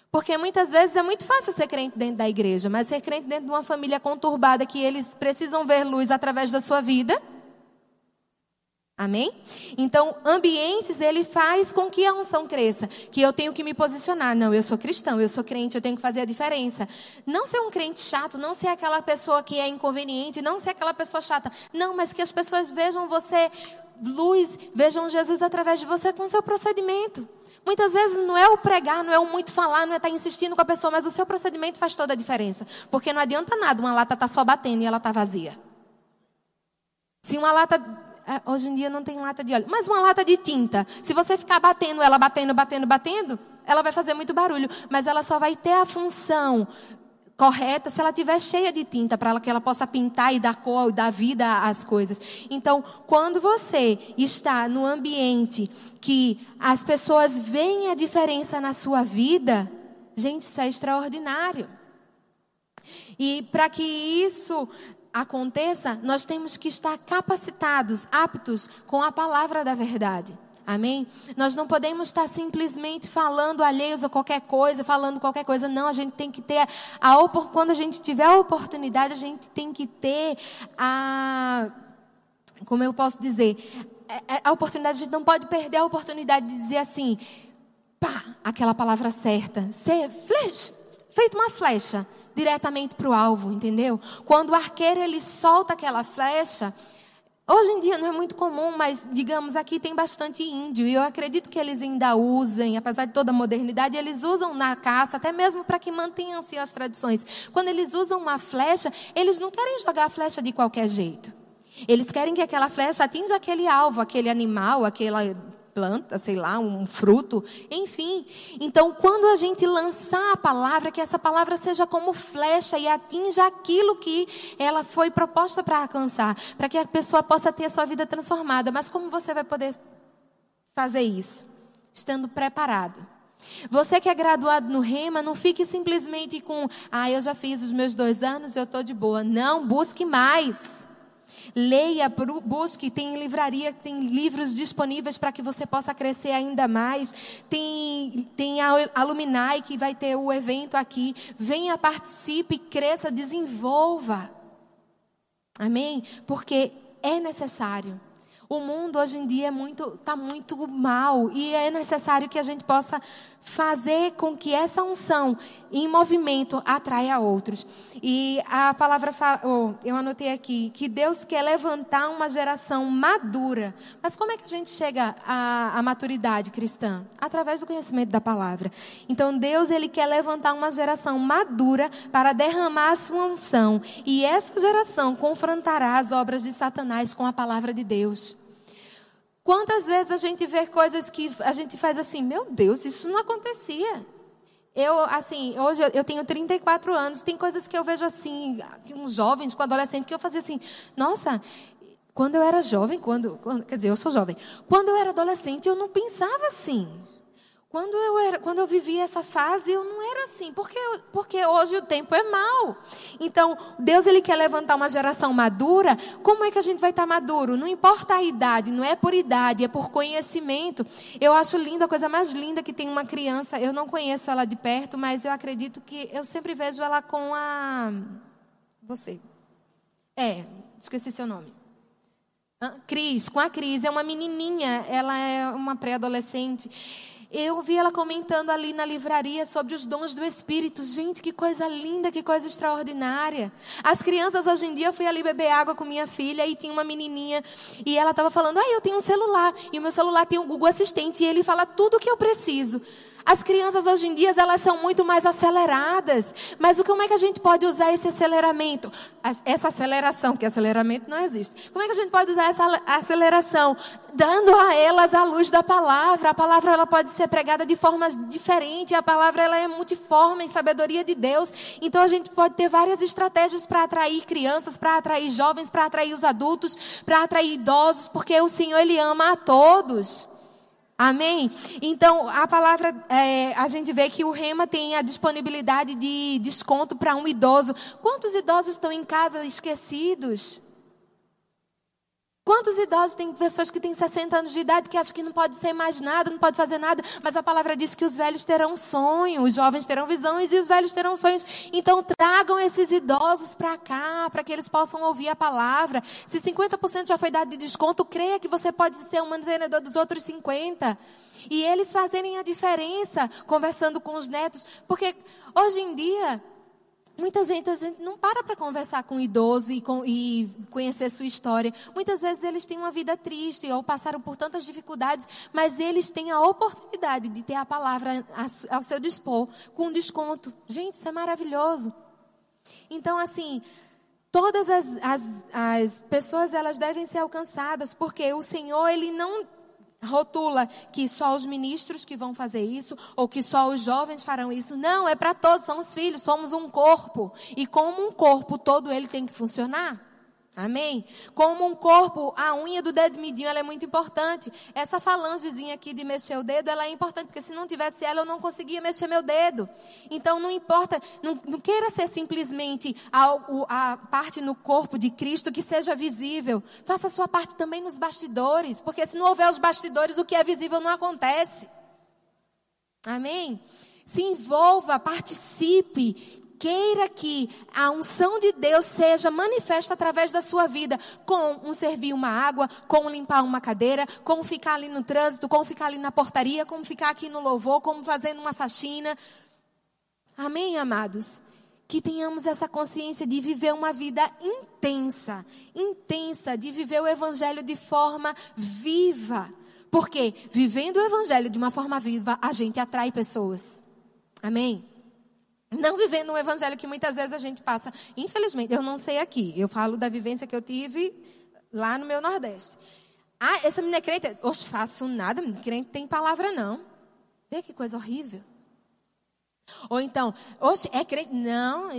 Porque muitas vezes é muito fácil ser crente dentro da igreja, mas ser crente dentro de uma família conturbada que eles precisam ver luz através da sua vida. Amém? Então, ambientes, ele faz com que a unção cresça. Que eu tenho que me posicionar. Não, eu sou cristão, eu sou crente, eu tenho que fazer a diferença. Não ser um crente chato, não ser aquela pessoa que é inconveniente, não ser aquela pessoa chata. Não, mas que as pessoas vejam você luz, vejam Jesus através de você com o seu procedimento. Muitas vezes não é o pregar, não é o muito falar, não é estar insistindo com a pessoa, mas o seu procedimento faz toda a diferença. Porque não adianta nada uma lata estar só batendo e ela está vazia. Se uma lata... Hoje em dia não tem lata de óleo, mas uma lata de tinta, se você ficar batendo ela, batendo, ela vai fazer muito barulho, mas ela só vai ter a função correta se ela estiver cheia de tinta, para que ela possa pintar e dar cor, dar vida às coisas. Então, quando você está no ambiente que as pessoas veem a diferença na sua vida, gente, isso é extraordinário. E para que isso aconteça, nós temos que estar capacitados, aptos com a palavra da verdade. Amém? Nós não podemos estar simplesmente falando alheios a qualquer coisa, falando qualquer coisa. Não, a gente tem que ter quando a gente tiver a oportunidade, a gente tem que ter como eu posso dizer, a oportunidade, a gente não pode perder a oportunidade de dizer assim, pá, aquela palavra certa, ser feito uma flecha diretamente para o alvo, entendeu? Quando o arqueiro ele solta aquela flecha, hoje em dia não é muito comum, mas digamos aqui tem bastante índio e eu acredito que eles ainda usem, apesar de toda a modernidade, eles usam na caça, até mesmo para que mantenham-se as tradições. Quando eles usam uma flecha, eles não querem jogar a flecha de qualquer jeito. Eles querem que aquela flecha atinja aquele alvo, aquele animal, aquela planta, sei lá, um fruto, enfim. Então, quando a gente lançar a palavra, que essa palavra seja como flecha e atinja aquilo que ela foi proposta para alcançar, para que a pessoa possa ter a sua vida transformada. Mas como você vai poder fazer isso? Estando preparado. Você que é graduado no Rema, não fique simplesmente com, eu já fiz os meus 2 anos e eu estou de boa. Não, busque mais. Leia, busque, tem livraria, tem livros disponíveis para que você possa crescer ainda mais. Tem a Alumni que vai ter o evento aqui. Venha, participe, cresça, desenvolva. Amém? Porque é necessário. O mundo hoje em dia está muito mal e é necessário que a gente possa fazer com que essa unção em movimento atraia outros. E a palavra fala, eu anotei aqui, que Deus quer levantar uma geração madura. Mas como é que a gente chega à maturidade cristã? Através do conhecimento da palavra. Então Deus ele quer levantar uma geração madura para derramar a sua unção. E essa geração confrontará as obras de Satanás com a palavra de Deus. Quantas vezes a gente vê coisas que a gente faz assim, meu Deus, isso não acontecia. Hoje eu tenho 34 anos, tem coisas que eu vejo assim, uns jovens com adolescentes, que eu fazia assim, nossa, quando eu era jovem, quer dizer, eu sou jovem, quando eu era adolescente eu não pensava assim. Quando eu vivia essa fase, eu não era assim, porque hoje o tempo é mau. Então, Deus ele quer levantar uma geração madura. Como é que a gente vai estar maduro? Não importa a idade, não é por idade, é por conhecimento. Eu acho lindo, a coisa mais linda que tem uma criança, eu não conheço ela de perto, mas eu acredito que eu sempre vejo ela com você. Esqueci seu nome. Cris, com a Cris, é uma menininha, ela é uma pré-adolescente. Eu vi ela comentando ali na livraria sobre os dons do Espírito. Gente, que coisa linda, que coisa extraordinária. As crianças hoje em dia, eu fui ali beber água com minha filha e tinha uma menininha e ela estava falando, eu tenho um celular e o meu celular tem um Google Assistente e ele fala tudo o que eu preciso. As crianças hoje em dia, elas são muito mais aceleradas. Mas como é que a gente pode usar esse aceleramento? Essa aceleração, porque aceleramento não existe. Como é que a gente pode usar essa aceleração? Dando a elas a luz da palavra. A palavra ela pode ser pregada de formas diferentes. A palavra ela é multiforme em sabedoria de Deus. Então a gente pode ter várias estratégias para atrair crianças, para atrair jovens, para atrair os adultos, para atrair idosos. Porque o Senhor ele ama a todos. Amém? Então, a palavra, a gente vê que o Rema tem a disponibilidade de desconto para um idoso. Quantos idosos estão em casa esquecidos? Quantos idosos, tem pessoas que têm 60 anos de idade que acham que não pode ser mais nada, não pode fazer nada, mas a palavra diz que os velhos terão sonhos, os jovens terão visões e os velhos terão sonhos. Então tragam esses idosos para cá, para que eles possam ouvir a palavra. Se 50% já foi dado de desconto, creia que você pode ser um mantenedor dos outros 50%. E eles fazerem a diferença, conversando com os netos, porque hoje em dia... Muita gente não para conversar com o idoso e conhecer sua história. Muitas vezes eles têm uma vida triste ou passaram por tantas dificuldades, mas eles têm a oportunidade de ter a palavra ao seu dispor, com desconto. Gente, isso é maravilhoso. Então, assim, todas as pessoas, elas devem ser alcançadas, porque o Senhor, Ele não rotula que só os ministros que vão fazer isso, ou que só os jovens farão isso. Não, é para todos, somos filhos, somos um corpo. E como um corpo, todo ele tem que funcionar. Amém? Como um corpo, a unha do dedo midinho, ela é muito importante. Essa falangezinha aqui de mexer o dedo, ela é importante, porque se não tivesse ela, eu não conseguia mexer meu dedo. Então não importa, não queira ser simplesmente a parte no corpo de Cristo que seja visível. Faça a sua parte também nos bastidores, porque se não houver os bastidores, o que é visível não acontece. Amém? Se envolva, participe. Queira que a unção de Deus seja manifesta através da sua vida, com servir uma água, com limpar uma cadeira, com ficar ali no trânsito, com ficar ali na portaria, com ficar aqui no louvor, como fazendo uma faxina. Amém, amados? Que tenhamos essa consciência de viver uma vida intensa, de viver o Evangelho de forma viva. Porque vivendo o Evangelho de uma forma viva, a gente atrai pessoas. Amém? Não vivendo um evangelho que muitas vezes a gente passa. Infelizmente, eu não sei aqui. Eu falo da vivência que eu tive lá no meu Nordeste. Ah, essa menina é crente. Oxe, faço nada. Crente tem palavra não. Vê que coisa horrível. Ou então, oxe, é crente. Não,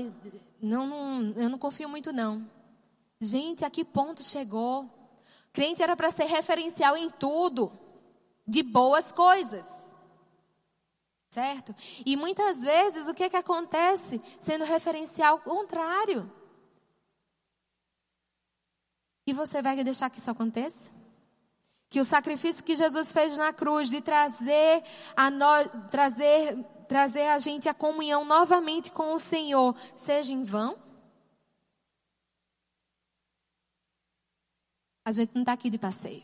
eu não confio muito não. Gente, a que ponto chegou? Crente era para ser referencial em tudo. De boas coisas. Certo? E muitas vezes, o que acontece? Sendo referencial contrário. E você vai deixar que isso aconteça? Que o sacrifício que Jesus fez na cruz, de trazer a gente a comunhão novamente com o Senhor, seja em vão? A gente não está aqui de passeio.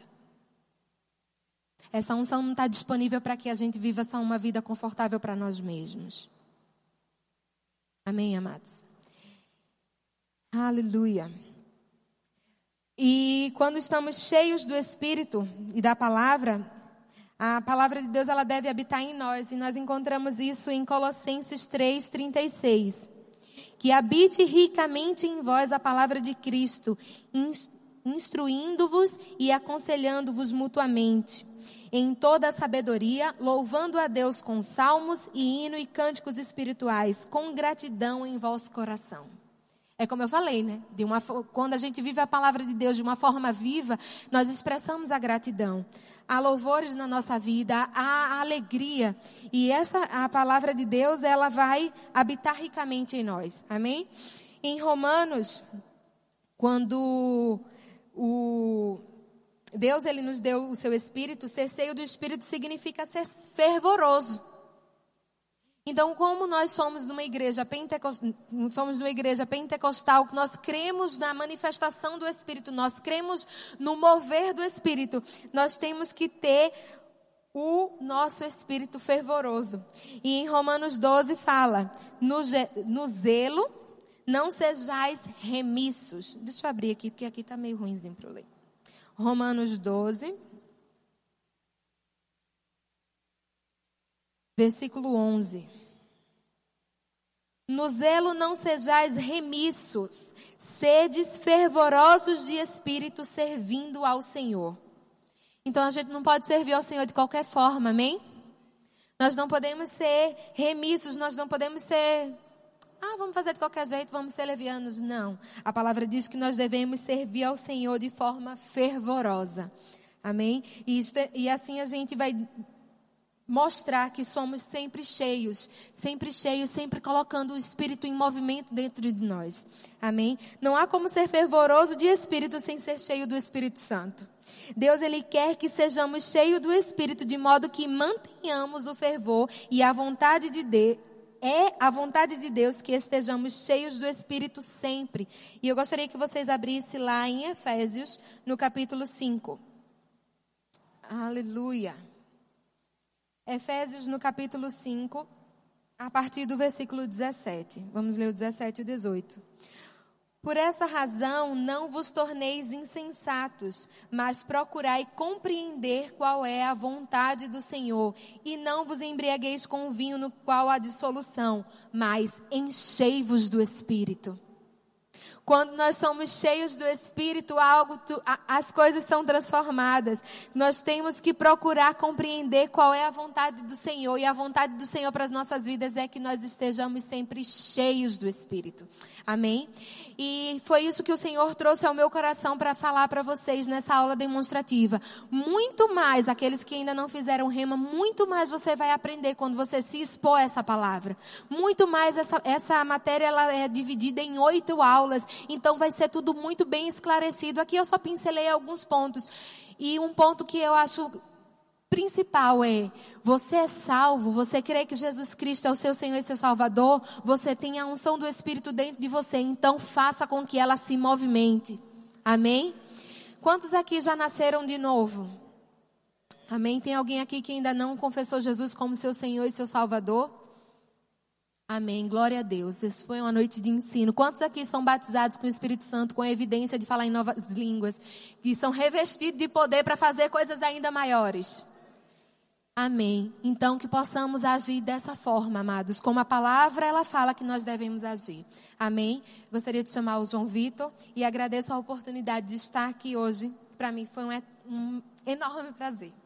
Essa unção não está disponível para que a gente viva só uma vida confortável para nós mesmos. Amém, amados? Aleluia. E quando estamos cheios do Espírito e da palavra, a palavra de Deus ela deve habitar em nós. E nós encontramos isso em Colossenses 3:36. Que habite ricamente em vós a palavra de Cristo, instruindo-vos e aconselhando-vos mutuamente. Em toda a sabedoria, louvando a Deus com salmos e hino e cânticos espirituais, com gratidão em vosso coração. É como eu falei, né? Quando a gente vive a palavra de Deus de uma forma viva, nós expressamos a gratidão. Há louvores na nossa vida, há alegria. E a palavra de Deus, ela vai habitar ricamente em nós. Amém? Em Romanos, quando Deus, Ele nos deu o seu Espírito, ser cheio do Espírito significa ser fervoroso. Então, como nós somos de uma igreja pentecostal, nós cremos na manifestação do Espírito, nós cremos no mover do Espírito, nós temos que ter o nosso espírito fervoroso. E em Romanos 12 fala, no zelo não sejais remissos. Deixa eu abrir aqui, porque aqui está meio ruimzinho para eu ler. Romanos 12, versículo 11. No zelo não sejais remissos, sedes fervorosos de espírito, servindo ao Senhor. Então a gente não pode servir ao Senhor de qualquer forma, amém? Nós não podemos ser remissos, nós não podemos ser... vamos fazer de qualquer jeito, vamos ser levianos. Não. A palavra diz que nós devemos servir ao Senhor de forma fervorosa. Amém? E assim a gente vai mostrar que somos sempre cheios, sempre colocando o Espírito em movimento dentro de nós. Amém? Não há como ser fervoroso de Espírito sem ser cheio do Espírito Santo. Deus, Ele quer que sejamos cheios do Espírito, de modo que mantenhamos o fervor e a vontade de Deus. É a vontade de Deus que estejamos cheios do Espírito sempre. E eu gostaria que vocês abrissem lá em Efésios, no capítulo 5. Aleluia. Efésios, no capítulo 5, a partir do versículo 17. Vamos ler o 17 e o 18. Por essa razão, não vos torneis insensatos, mas procurai compreender qual é a vontade do Senhor. E não vos embriagueis com vinho no qual há dissolução, mas enchei-vos do Espírito. Quando nós somos cheios do Espírito, as coisas são transformadas. Nós temos que procurar compreender qual é a vontade do Senhor. E a vontade do Senhor para as nossas vidas é que nós estejamos sempre cheios do Espírito. Amém? E foi isso que o Senhor trouxe ao meu coração para falar para vocês nessa aula demonstrativa. Muito mais, aqueles que ainda não fizeram rema, muito mais você vai aprender quando você se expor a essa palavra. Muito mais, essa matéria ela é dividida em 8 aulas. Então vai ser tudo muito bem esclarecido. Aqui eu só pincelei alguns pontos. E um ponto que eu acho principal é: você é salvo, você crê que Jesus Cristo é o seu Senhor e seu Salvador, você tem a unção do Espírito dentro de você, então faça com que ela se movimente. Amém? Quantos aqui já nasceram de novo? Amém? Tem alguém aqui que ainda não confessou Jesus como seu Senhor e seu Salvador? Amém, glória a Deus. Isso foi uma noite de ensino. Quantos aqui são batizados com o Espírito Santo, com a evidência de falar em novas línguas, que são revestidos de poder para fazer coisas ainda maiores? Amém. Então que possamos agir dessa forma, amados, como a palavra ela fala que nós devemos agir. Amém. Gostaria de chamar o João Vitor e agradeço a oportunidade de estar aqui hoje. Para mim foi um enorme prazer.